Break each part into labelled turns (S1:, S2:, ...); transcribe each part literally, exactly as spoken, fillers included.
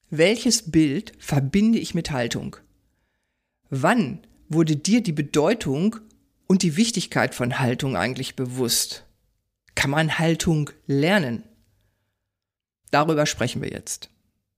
S1: Welches Bild verbinde ich mit Haltung? Wann wurde dir die Bedeutung und die Wichtigkeit von Haltung eigentlich bewusst? Kann man Haltung lernen? Darüber sprechen wir jetzt.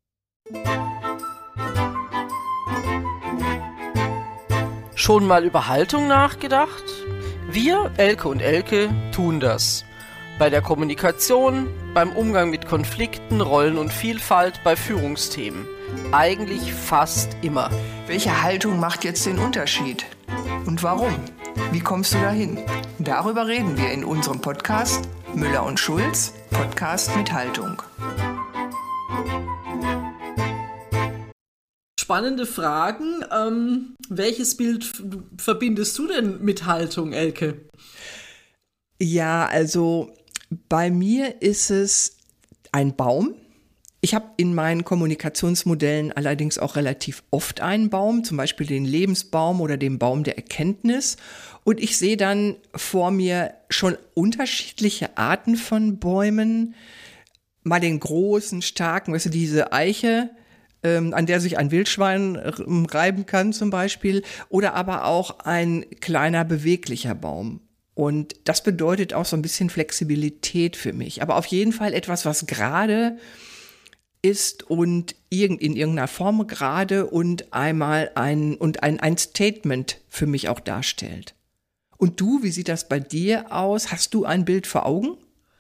S2: Schon mal über Haltung nachgedacht? Wir, Elke und Elke, tun das. Bei der Kommunikation, beim Umgang mit Konflikten, Rollen und Vielfalt, bei Führungsthemen. Eigentlich fast immer.
S1: Welche Haltung macht jetzt den Unterschied? Und warum? Wie kommst du dahin? Darüber reden wir in unserem Podcast Müller und Schulz, Podcast mit Haltung.
S2: Spannende Fragen. Ähm, welches Bild f- verbindest du denn mit Haltung, Elke?
S1: Ja, also bei mir ist es ein Baum. Ich habe in meinen Kommunikationsmodellen allerdings auch relativ oft einen Baum, zum Beispiel den Lebensbaum oder den Baum der Erkenntnis. Und ich sehe dann vor mir schon unterschiedliche Arten von Bäumen. Mal den großen, starken, weißt du, diese Eiche, ähm, an der sich ein Wildschwein reiben kann zum Beispiel. Oder aber auch ein kleiner, beweglicher Baum. Und das bedeutet auch so ein bisschen Flexibilität für mich. Aber auf jeden Fall etwas, was gerade ist und in irgendeiner Form gerade und einmal ein, und ein, ein Statement für mich auch darstellt. Und du, wie sieht das bei dir aus? Hast du ein Bild vor Augen?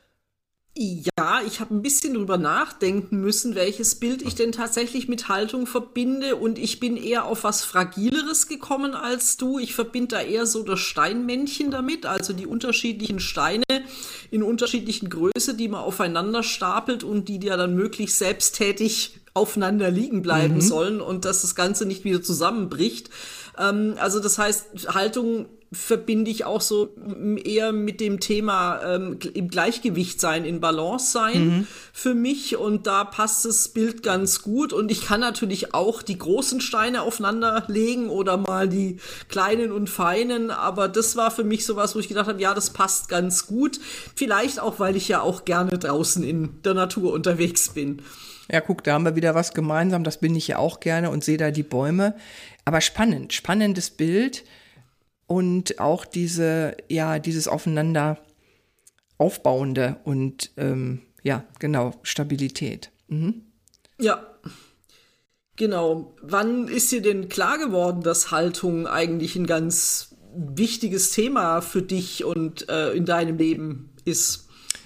S2: Ja, ich habe ein bisschen drüber nachdenken müssen, welches Bild ich denn tatsächlich mit Haltung verbinde, und ich bin eher auf was Fragileres gekommen als du. Ich verbinde da eher so das Steinmännchen damit, also die unterschiedlichen Steine in unterschiedlichen Größe, die man aufeinander stapelt und die ja dann möglichst selbsttätig aufeinander liegen bleiben mhm. sollen und dass das Ganze nicht wieder zusammenbricht. Ähm, also das heißt, Haltung verbinde ich auch so eher mit dem Thema ähm, im Gleichgewicht sein, in Balance sein mhm. für mich, und da passt das Bild ganz gut, und ich kann natürlich auch die großen Steine aufeinander legen oder mal die kleinen und feinen, aber das war für mich sowas, wo ich gedacht habe, ja, das passt ganz gut, vielleicht auch, weil ich ja auch gerne draußen in der Natur unterwegs bin.
S1: Ja, guck, da haben wir wieder was gemeinsam, das bin ich ja auch gerne und sehe da die Bäume, aber spannend, spannendes Bild. Und auch diese, ja, dieses aufeinander aufbauende und ähm, ja, genau, Stabilität. Mhm.
S2: Ja, genau. Wann ist dir denn klar geworden, dass Haltung eigentlich ein ganz wichtiges Thema für dich und äh, in deinem Leben ist?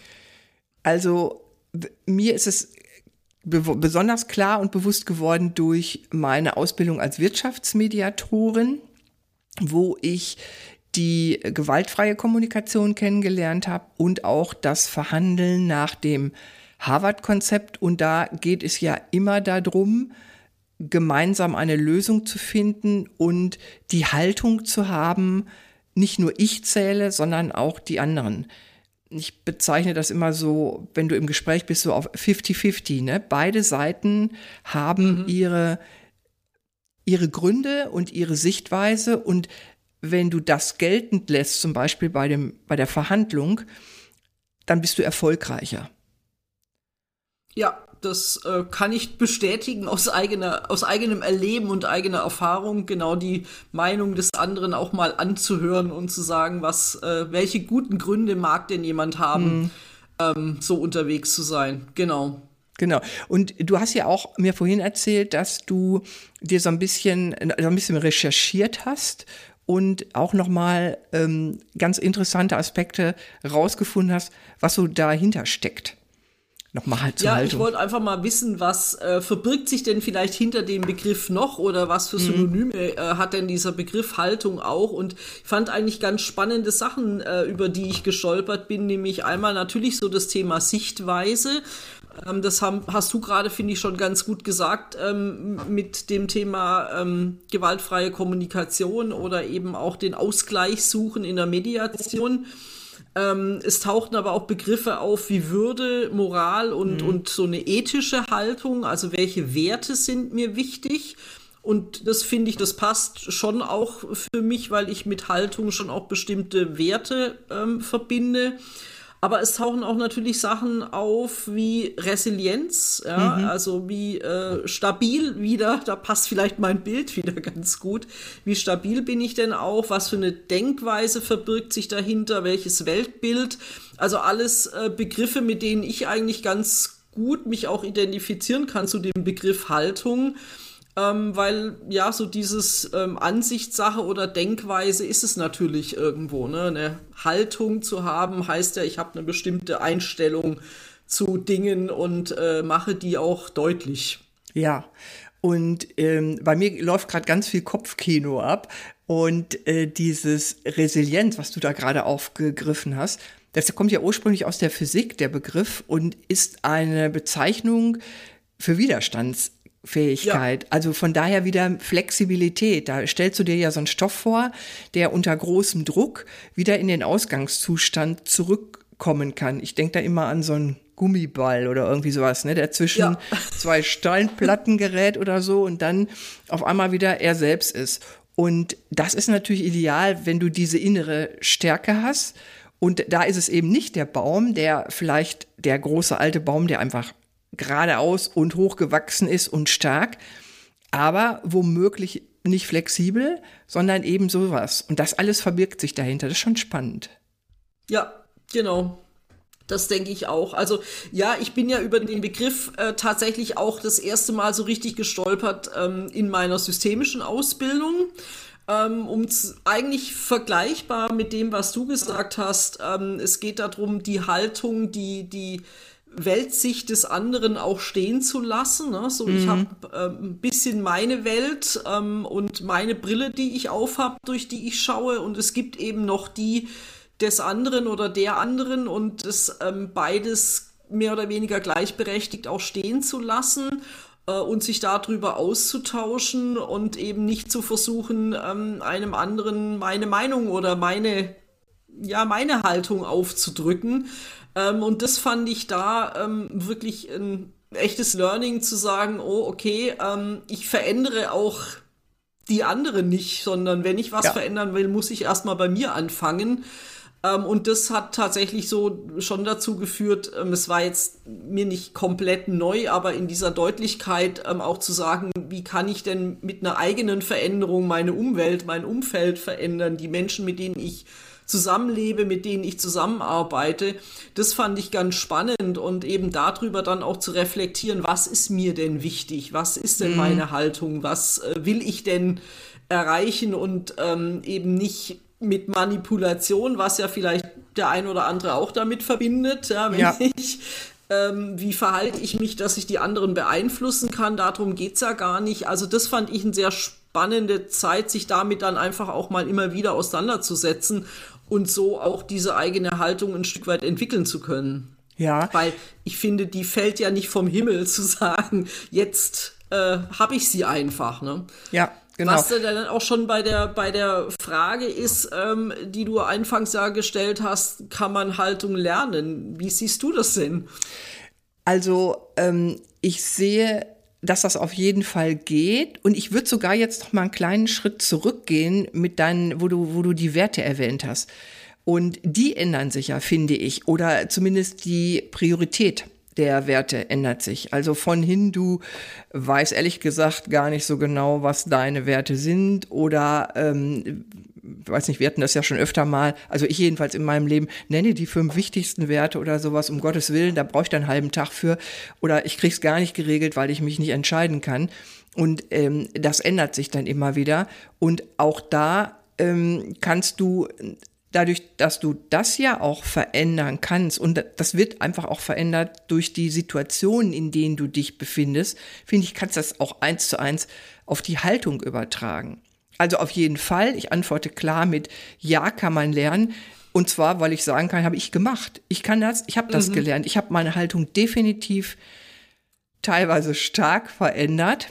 S1: Also w- mir ist es be- besonders klar und bewusst geworden durch meine Ausbildung als Wirtschaftsmediatorin, wo ich die gewaltfreie Kommunikation kennengelernt habe und auch das Verhandeln nach dem Harvard-Konzept. Und da geht es ja immer darum, gemeinsam eine Lösung zu finden und die Haltung zu haben, nicht nur ich zähle, sondern auch die anderen. Ich bezeichne das immer so, wenn du im Gespräch bist, so auf fifty fifty, ne? Beide Seiten haben mhm. ihre ihre Gründe und ihre Sichtweise, und wenn du das geltend lässt, zum Beispiel bei dem, bei der Verhandlung, dann bist du erfolgreicher.
S2: Ja, das äh, kann ich bestätigen aus eigener, aus eigenem Erleben und eigener Erfahrung, genau die Meinung des anderen auch mal anzuhören und zu sagen, was, äh, welche guten Gründe mag denn jemand haben, mhm. ähm, so unterwegs zu sein. Genau.
S1: Genau. Und du hast ja auch mir vorhin erzählt, dass du dir so ein bisschen, so ein bisschen recherchiert hast und auch nochmal ähm, ganz interessante Aspekte rausgefunden hast, was so dahinter steckt. Nochmal halt zur
S2: Ja,
S1: Haltung.
S2: Ich wollte einfach mal wissen, was äh, verbirgt sich denn vielleicht hinter dem Begriff noch, oder was für Synonyme äh, hat denn dieser Begriff Haltung auch? Und ich fand eigentlich ganz spannende Sachen, äh, über die ich gestolpert bin, nämlich einmal natürlich so das Thema Sichtweise. Ähm, das haben, hast du gerade, finde ich, schon ganz gut gesagt, ähm, mit dem Thema ähm, gewaltfreie Kommunikation oder eben auch den Ausgleich suchen in der Mediation. Ähm, es tauchten aber auch Begriffe auf wie Würde, Moral und, mhm. und so eine ethische Haltung, also welche Werte sind mir wichtig. Und das finde ich, das passt schon auch für mich, weil ich mit Haltung schon auch bestimmte Werte ähm, verbinde. Aber es tauchen auch natürlich Sachen auf wie Resilienz, ja, mhm. also wie äh, stabil wieder, da passt vielleicht mein Bild wieder ganz gut. Wie stabil bin ich denn auch? Was für eine Denkweise verbirgt sich dahinter? Welches Weltbild? Also alles äh, Begriffe, mit denen ich eigentlich ganz gut mich auch identifizieren kann zu dem Begriff Haltung. Ähm, weil, ja, so dieses ähm, Ansichtssache oder Denkweise ist es natürlich irgendwo. Ne? Eine Haltung zu haben, heißt ja, ich habe eine bestimmte Einstellung zu Dingen und äh, mache die auch deutlich.
S1: Ja, und ähm, bei mir läuft gerade ganz viel Kopfkino ab. Und äh, dieses Resilienz, was du da gerade aufgegriffen hast, das kommt ja ursprünglich aus der Physik, der Begriff, und ist eine Bezeichnung für Widerstands Fähigkeit. Ja. Also von daher wieder Flexibilität. Da stellst du dir ja so einen Stoff vor, der unter großem Druck wieder in den Ausgangszustand zurückkommen kann. Ich denke da immer an so einen Gummiball oder irgendwie sowas, ne, der zwischen ja. zwei Steinplatten gerät oder so und dann auf einmal wieder er selbst ist. Und das ist natürlich ideal, wenn du diese innere Stärke hast. Und da ist es eben nicht der Baum, der vielleicht der große alte Baum, der einfach geradeaus und hochgewachsen ist und stark, aber womöglich nicht flexibel, sondern eben sowas. Und das alles verbirgt sich dahinter. Das ist schon spannend.
S2: Ja, genau. Das denke ich auch. Also ja, ich bin ja über den Begriff äh, tatsächlich auch das erste Mal so richtig gestolpert ähm, in meiner systemischen Ausbildung. Ähm, um eigentlich vergleichbar mit dem, was du gesagt hast. Ähm, es geht darum, die Haltung, die, die Weltsicht des anderen auch stehen zu lassen. Ne? So, mhm. Ich habe äh, ein bisschen meine Welt ähm, und meine Brille, die ich aufhab, durch die ich schaue. Und es gibt eben noch die des anderen oder der anderen und das ähm, beides mehr oder weniger gleichberechtigt auch stehen zu lassen äh, und sich darüber auszutauschen und eben nicht zu versuchen, ähm, einem anderen meine Meinung oder meine, ja, meine Haltung aufzudrücken. Ähm, und das fand ich da ähm, wirklich ein echtes Learning zu sagen, oh, okay, ähm, ich verändere auch die anderen nicht, sondern wenn ich was ja. verändern will, muss ich erstmal bei mir anfangen. Ähm, und das hat tatsächlich so schon dazu geführt, ähm, es war jetzt mir nicht komplett neu, aber in dieser Deutlichkeit ähm, auch zu sagen, wie kann ich denn mit einer eigenen Veränderung meine Umwelt, mein Umfeld verändern, die Menschen, mit denen ich zusammenlebe, mit denen ich zusammenarbeite, das fand ich ganz spannend und eben darüber dann auch zu reflektieren, was ist mir denn wichtig, was ist denn mhm. meine Haltung, was äh, will ich denn erreichen und ähm, eben nicht mit Manipulation, was ja vielleicht der ein oder andere auch damit verbindet, ja, wenn ja. ich ähm, wie verhalte ich mich, dass ich die anderen beeinflussen kann, darum geht's ja gar nicht. Also das fand ich eine sehr spannende Zeit, sich damit dann einfach auch mal immer wieder auseinanderzusetzen und so auch diese eigene Haltung ein Stück weit entwickeln zu können.
S1: Ja.
S2: Weil ich finde, die fällt ja nicht vom Himmel zu sagen, jetzt äh, habe ich sie einfach. Ne?
S1: Ja, genau.
S2: Was dann auch schon bei der, bei der Frage ist, ähm, die du anfangs ja gestellt hast, kann man Haltung lernen? Wie siehst du das denn?
S1: Also ähm, ich sehe, dass das auf jeden Fall geht. Und ich würde sogar jetzt noch mal einen kleinen Schritt zurückgehen mit deinen, wo du, wo du die Werte erwähnt hast. Und die ändern sich ja, finde ich. Oder zumindest die Priorität der Werte ändert sich. Also von hin, du weißt ehrlich gesagt gar nicht so genau, was deine Werte sind. Oder, ähm, weiß nicht, wir hatten das ja schon öfter mal, also ich jedenfalls in meinem Leben, nenne die fünf wichtigsten Werte oder sowas, um Gottes Willen, da brauche ich dann einen halben Tag für. Oder ich krieg's gar nicht geregelt, weil ich mich nicht entscheiden kann. Und ähm, das ändert sich dann immer wieder. Und auch da ähm, kannst du dadurch, dass du das ja auch verändern kannst, und das wird einfach auch verändert durch die Situationen, in denen du dich befindest, finde ich, kannst du das auch eins zu eins auf die Haltung übertragen. Also auf jeden Fall, ich antworte klar mit ja, kann man lernen. Und zwar, weil ich sagen kann, habe ich gemacht. Ich kann das, ich habe das mhm. gelernt. Ich habe meine Haltung definitiv teilweise stark verändert.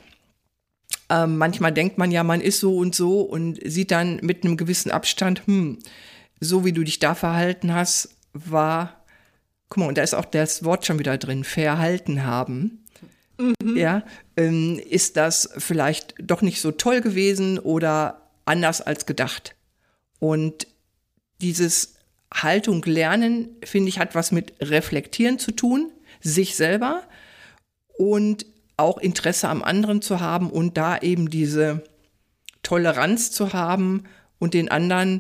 S1: Ähm, manchmal denkt man ja, man ist so und so und sieht dann mit einem gewissen Abstand, hm, so wie du dich da verhalten hast, war, guck mal, und da ist auch das Wort schon wieder drin, verhalten haben. Mhm. Ja, ähm, ist das vielleicht doch nicht so toll gewesen oder anders als gedacht. Und dieses Haltung lernen, finde ich, hat was mit Reflektieren zu tun, sich selber und auch Interesse am anderen zu haben und da eben diese Toleranz zu haben und den anderen,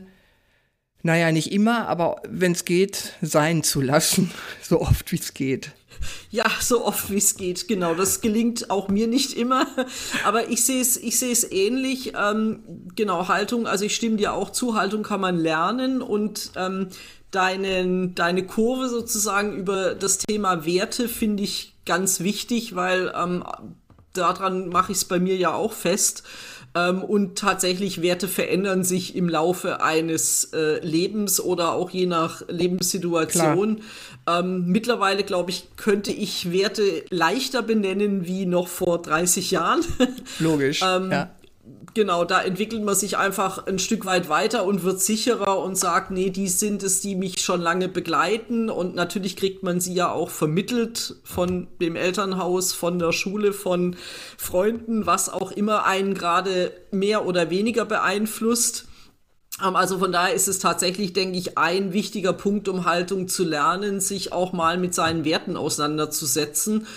S1: naja, nicht immer, aber wenn es geht, sein zu lassen, so oft wie es geht.
S2: Ja, so oft wie es geht, genau. Das gelingt auch mir nicht immer, aber ich sehe es, ich sehe es ähnlich. Ähm, genau, Haltung, also ich stimme dir auch zu, Haltung kann man lernen und ähm, deinen, deine Kurve sozusagen über das Thema Werte finde ich ganz wichtig, weil ähm, daran mache ich es bei mir ja auch fest. Ähm, und tatsächlich Werte verändern sich im Laufe eines äh, Lebens oder auch je nach Lebenssituation. Ähm, mittlerweile, glaube ich, könnte ich Werte leichter benennen wie noch vor dreißig Jahren.
S1: Logisch,
S2: ähm,
S1: ja.
S2: Genau, da entwickelt man sich einfach ein Stück weit weiter und wird sicherer und sagt, nee, die sind es, die mich schon lange begleiten. Und natürlich kriegt man sie ja auch vermittelt von dem Elternhaus, von der Schule, von Freunden, was auch immer einen gerade mehr oder weniger beeinflusst. Also von daher ist es tatsächlich, denke ich, ein wichtiger Punkt, um Haltung zu lernen, sich auch mal mit seinen Werten auseinanderzusetzen.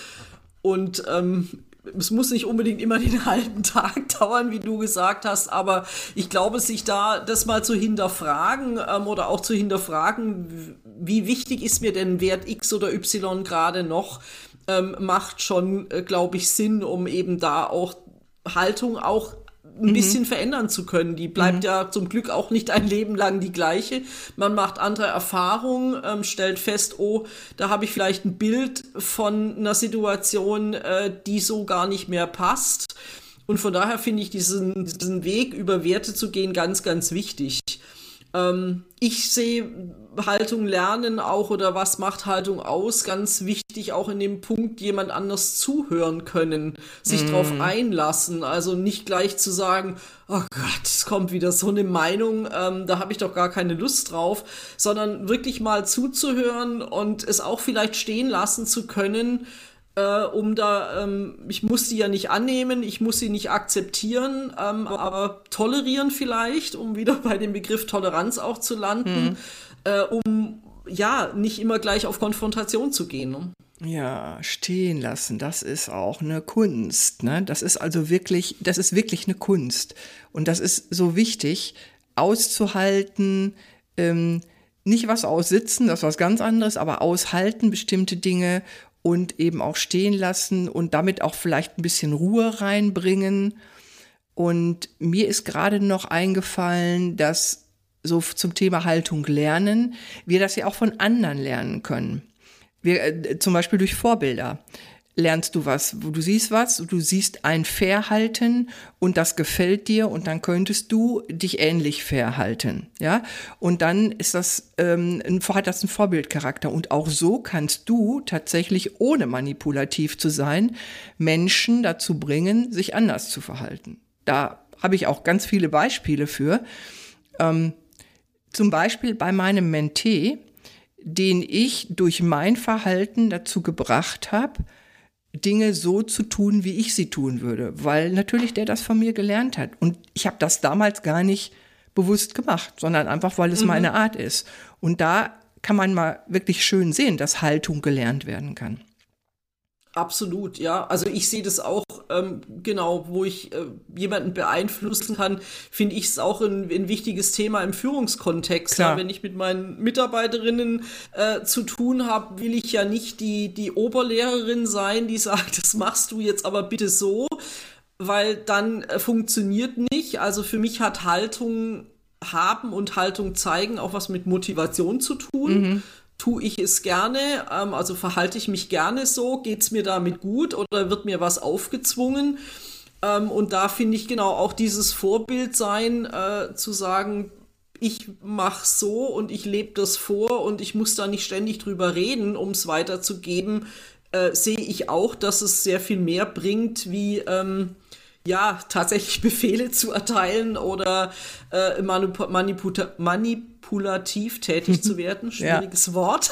S2: Und ähm, es muss nicht unbedingt immer den halben Tag dauern, wie du gesagt hast, aber ich glaube, sich da das mal zu hinterfragen ähm, oder auch zu hinterfragen, wie wichtig ist mir denn Wert X oder Y gerade noch, ähm, macht schon, äh, glaube ich, Sinn, um eben da auch Haltung auch ein bisschen mhm. verändern zu können. Die bleibt mhm. ja zum Glück auch nicht ein Leben lang die gleiche. Man macht andere Erfahrungen, ähm, stellt fest, oh, da habe ich vielleicht ein Bild von einer Situation, äh, die so gar nicht mehr passt. Und von daher finde ich diesen, diesen Weg, über Werte zu gehen, ganz, ganz wichtig. Ähm, ich sehe Haltung lernen auch oder was macht Haltung aus, ganz wichtig auch in dem Punkt, jemand anders zuhören können, sich mm. drauf einlassen, also nicht gleich zu sagen, oh Gott, es kommt wieder so eine Meinung, ähm, da habe ich doch gar keine Lust drauf, sondern wirklich mal zuzuhören und es auch vielleicht stehen lassen zu können, äh, um da, ähm, ich muss sie ja nicht annehmen, ich muss sie nicht akzeptieren, ähm, aber tolerieren vielleicht, um wieder bei dem Begriff Toleranz auch zu landen, mm. äh, um ja nicht immer gleich auf Konfrontation zu gehen. Ne?
S1: Ja, stehen lassen, das ist auch eine Kunst, ne? Das ist also wirklich, das ist wirklich eine Kunst. Und das ist so wichtig, auszuhalten, ähm, nicht was aussitzen, das ist was ganz anderes, aber aushalten bestimmte Dinge und eben auch stehen lassen und damit auch vielleicht ein bisschen Ruhe reinbringen. Und mir ist gerade noch eingefallen, dass so zum Thema Haltung lernen, wir das ja auch von anderen lernen können. Wir, äh, zum Beispiel durch Vorbilder lernst du was, wo du siehst was, du siehst ein Verhalten und das gefällt dir und dann könntest du dich ähnlich verhalten, ja. Und dann ist das, ähm, hat das einen Vorbildcharakter und auch so kannst du tatsächlich, ohne manipulativ zu sein, Menschen dazu bringen, sich anders zu verhalten. Da habe ich auch ganz viele Beispiele für. Ähm, zum Beispiel bei meinem Mentee, den ich durch mein Verhalten dazu gebracht habe, Dinge so zu tun, wie ich sie tun würde, weil natürlich der das von mir gelernt hat. Und ich habe das damals gar nicht bewusst gemacht, sondern einfach, weil es mhm. meine Art ist. Und da kann man mal wirklich schön sehen, dass Haltung gelernt werden kann.
S2: Absolut, ja. Also ich sehe das auch, ähm, genau, wo ich äh, jemanden beeinflussen kann, finde ich es auch ein, ein wichtiges Thema im Führungskontext. Ja, wenn ich mit meinen Mitarbeiterinnen äh, zu tun habe, will ich ja nicht die, die Oberlehrerin sein, die sagt, das machst du jetzt aber bitte so, weil dann äh, funktioniert nicht. Also für mich hat Haltung haben und Haltung zeigen auch was mit Motivation zu tun. Mhm. Tue ich es gerne, ähm, also verhalte ich mich gerne so, geht es mir damit gut oder wird mir was aufgezwungen? Ähm, und da finde ich genau auch dieses Vorbild sein, äh, zu sagen, ich mache so und ich lebe das vor und ich muss da nicht ständig drüber reden, um es weiterzugeben, äh, sehe ich auch, dass es sehr viel mehr bringt, wie ähm, ja tatsächlich Befehle zu erteilen oder äh, Manip- Maniputa- Manipulation manipulativ tätig zu werden, schwieriges
S1: Ja.
S2: Wort,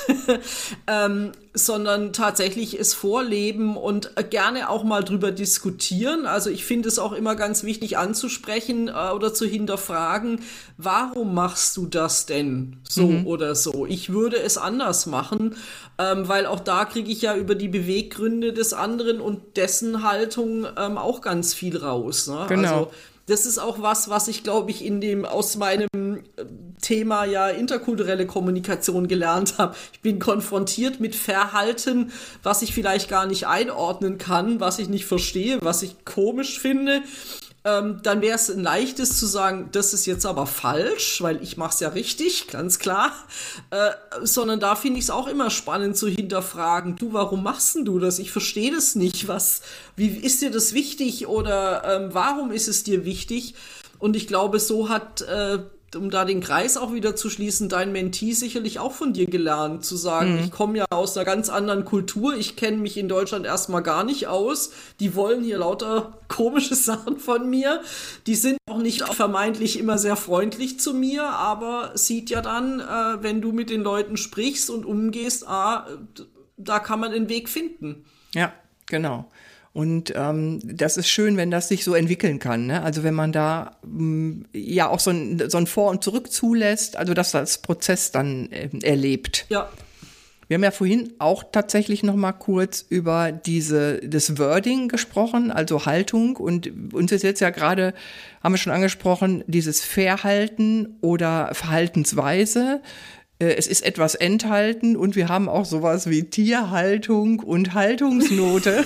S2: ähm, sondern tatsächlich es vorleben und äh, gerne auch mal drüber diskutieren. Also ich finde es auch immer ganz wichtig anzusprechen äh, oder zu hinterfragen, warum machst du das denn so
S1: Mhm.
S2: oder so? Ich würde es anders machen, ähm, weil auch da kriege ich ja über die Beweggründe des anderen und dessen Haltung ähm, auch ganz viel raus. Ne?
S1: Genau.
S2: Also das ist auch was, was ich, glaube ich, in dem aus meinem äh, Thema ja interkulturelle Kommunikation gelernt habe. Ich bin konfrontiert mit Verhalten, was ich vielleicht gar nicht einordnen kann, was ich nicht verstehe, was ich komisch finde. Ähm, dann wäre es ein leichtes zu sagen, das ist jetzt aber falsch, weil ich mache es ja richtig, ganz klar. Äh, sondern da finde ich es auch immer spannend zu hinterfragen, du, warum machst denn du das? Ich verstehe das nicht. Was, wie ist dir das wichtig oder ähm, warum ist es dir wichtig? Und ich glaube, so hat, äh, um da den Kreis auch wieder zu schließen, dein Mentee sicherlich auch von dir gelernt, zu sagen,
S1: Mhm.
S2: ich komme ja aus einer ganz anderen Kultur, ich kenne mich in Deutschland erstmal gar nicht aus, die wollen hier lauter komische Sachen von mir, die sind auch nicht vermeintlich immer sehr freundlich zu mir, aber sieht ja dann, äh, wenn du mit den Leuten sprichst und umgehst, ah, da kann man einen Weg finden.
S1: Ja, genau. Und ähm, das ist schön, wenn das sich so entwickeln kann. Ne? Also wenn man da mh, ja auch so ein, so ein Vor- und Zurück zulässt, also dass das Prozess dann äh, erlebt.
S2: Ja.
S1: Wir haben ja vorhin auch tatsächlich noch mal kurz über diese das Wording gesprochen, also Haltung. Und uns ist jetzt ja gerade, haben wir schon angesprochen, dieses Verhalten oder Verhaltensweise. Es ist etwas enthalten und wir haben auch sowas wie Tierhaltung und Haltungsnote.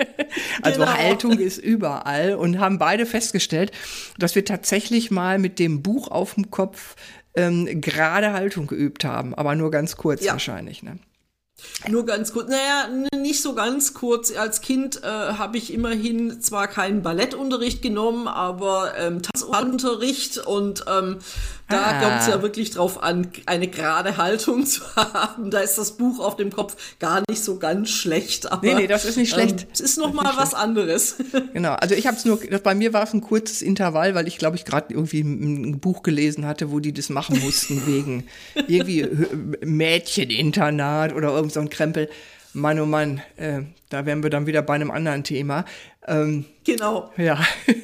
S1: Also
S2: Genau.
S1: Haltung ist überall und haben beide festgestellt, dass wir tatsächlich mal mit dem Buch auf dem Kopf ähm, gerade Haltung geübt haben, aber nur ganz kurz
S2: Ja.
S1: wahrscheinlich. Ne?
S2: Nur ganz kurz, naja, n- nicht so ganz kurz. Als Kind äh, habe ich immerhin zwar keinen Ballettunterricht genommen, aber ähm, Tanzunterricht und ähm, da
S1: Ah.
S2: kommt es ja wirklich drauf an, eine gerade Haltung zu haben. Da ist das Buch auf dem Kopf gar nicht so ganz schlecht. Aber,
S1: Nee, nee, das ist nicht schlecht.
S2: Ähm, es ist noch mal was anderes.
S1: Genau, also ich habe es nur, das, bei mir war es ein kurzes Intervall, weil ich glaube ich gerade irgendwie ein ein Buch gelesen hatte, wo die das machen mussten wegen irgendwie Hö- Mädcheninternat oder irgend so ein Krempel. Mann, oh Mann, äh, da wären wir dann wieder bei einem anderen Thema. Ähm,
S2: Genau.
S1: ja,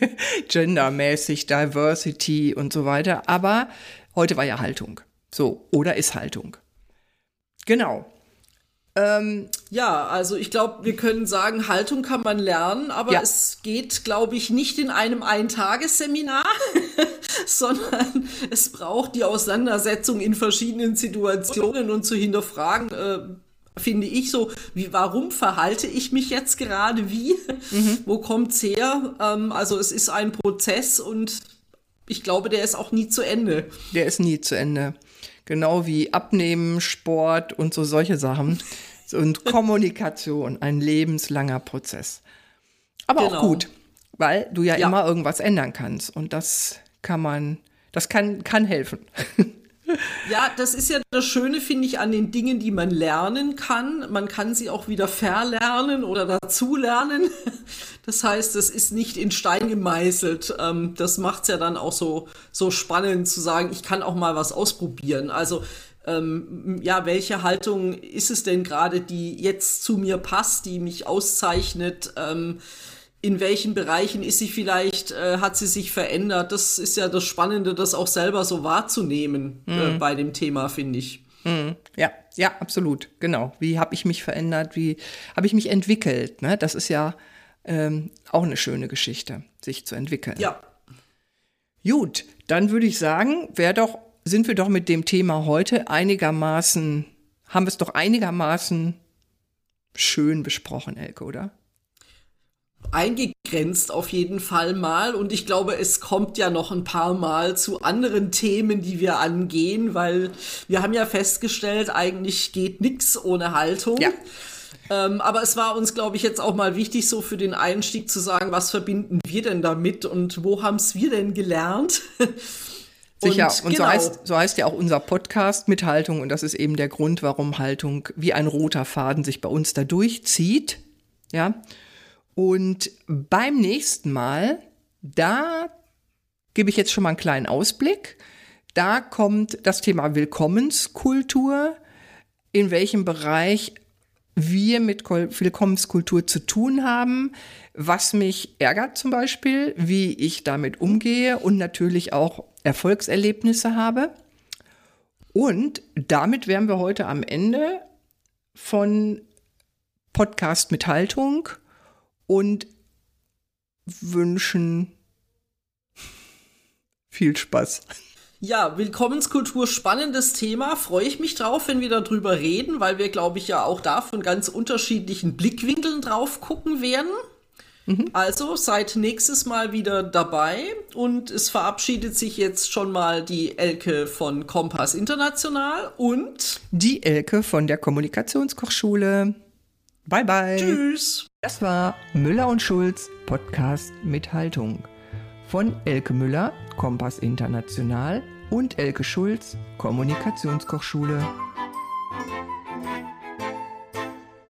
S1: gendermäßig, Diversity und so weiter. Aber heute war ja Haltung. So, oder ist Haltung. Genau. Ähm,
S2: Ja, also ich glaube, wir können sagen, Haltung kann man lernen, aber
S1: Ja.
S2: es geht, glaube ich, nicht in einem Eintagesseminar, sondern es braucht die Auseinandersetzung in verschiedenen Situationen und zu hinterfragen, äh, finde ich so, wie, warum verhalte ich mich jetzt gerade wie? Wo kommt's her? Ähm, also es ist ein Prozess und ich glaube, der ist auch nie zu Ende.
S1: Der ist nie zu Ende. Genau wie Abnehmen, Sport und so solche Sachen. Und Kommunikation, ein lebenslanger Prozess. Aber
S2: Genau.
S1: auch gut, weil du ja,
S2: Ja.
S1: immer irgendwas ändern kannst. Und das kann man, das kann, kann helfen.
S2: Ja, das ist ja das Schöne, finde ich, an den Dingen, die man lernen kann. Man kann sie auch wieder verlernen oder dazulernen. Das heißt, es ist nicht in Stein gemeißelt. Ähm, das macht es ja dann auch so, so spannend zu sagen, ich kann auch mal was ausprobieren. Also, ähm, ja, welche Haltung ist es denn gerade, die jetzt zu mir passt, die mich auszeichnet? Ähm, in welchen Bereichen ist sie vielleicht, äh, hat sie sich verändert? Das ist ja das Spannende, das auch selber so wahrzunehmen äh, bei dem Thema, finde ich.
S1: Ja, ja, absolut. Genau. Wie habe ich mich verändert? Wie habe ich mich entwickelt? Ne? Das ist ja ähm, auch eine schöne Geschichte, sich zu entwickeln.
S2: Ja,
S1: Gut, dann würde ich sagen, wär doch, sind wir doch mit dem Thema heute einigermaßen, haben wir es doch einigermaßen schön besprochen, Elke, oder?
S2: eingegrenzt auf jeden Fall mal. Und ich glaube, es kommt ja noch ein paar Mal zu anderen Themen, die wir angehen, weil wir haben ja festgestellt, eigentlich geht nichts ohne Haltung.
S1: Ja.
S2: Ähm, aber es war uns, glaube ich, jetzt auch mal wichtig, so für den Einstieg zu sagen, was verbinden wir denn damit und wo haben es wir denn gelernt?
S1: Sicher, und,
S2: Und
S1: so,
S2: genau.
S1: heißt, so heißt ja auch unser Podcast mit Haltung und das ist eben der Grund, warum Haltung wie ein roter Faden sich bei uns da durchzieht. Ja. Und beim nächsten Mal, da gebe ich jetzt schon mal einen kleinen Ausblick. Da kommt das Thema Willkommenskultur, in welchem Bereich wir mit Willkommenskultur zu tun haben, was mich ärgert zum Beispiel, wie ich damit umgehe und natürlich auch Erfolgserlebnisse habe. Und damit wären wir heute am Ende von Podcast mit Haltung und wünschen viel Spaß.
S2: Ja, Willkommenskultur, spannendes Thema. Freue ich mich drauf, wenn wir darüber reden, weil wir, glaube ich, ja auch da von ganz unterschiedlichen Blickwinkeln drauf gucken werden. Mhm. Also seid nächstes Mal wieder dabei und es verabschiedet sich jetzt schon mal die Elke von Kompass International und
S1: die Elke von der Kommunikationskochschule. Bye, bye.
S2: Tschüss.
S1: Das war Müller und Schulz, Podcast mit Haltung. Von Elke Müller, Kompass International und Elke Schulz, Kommunikationskochschule.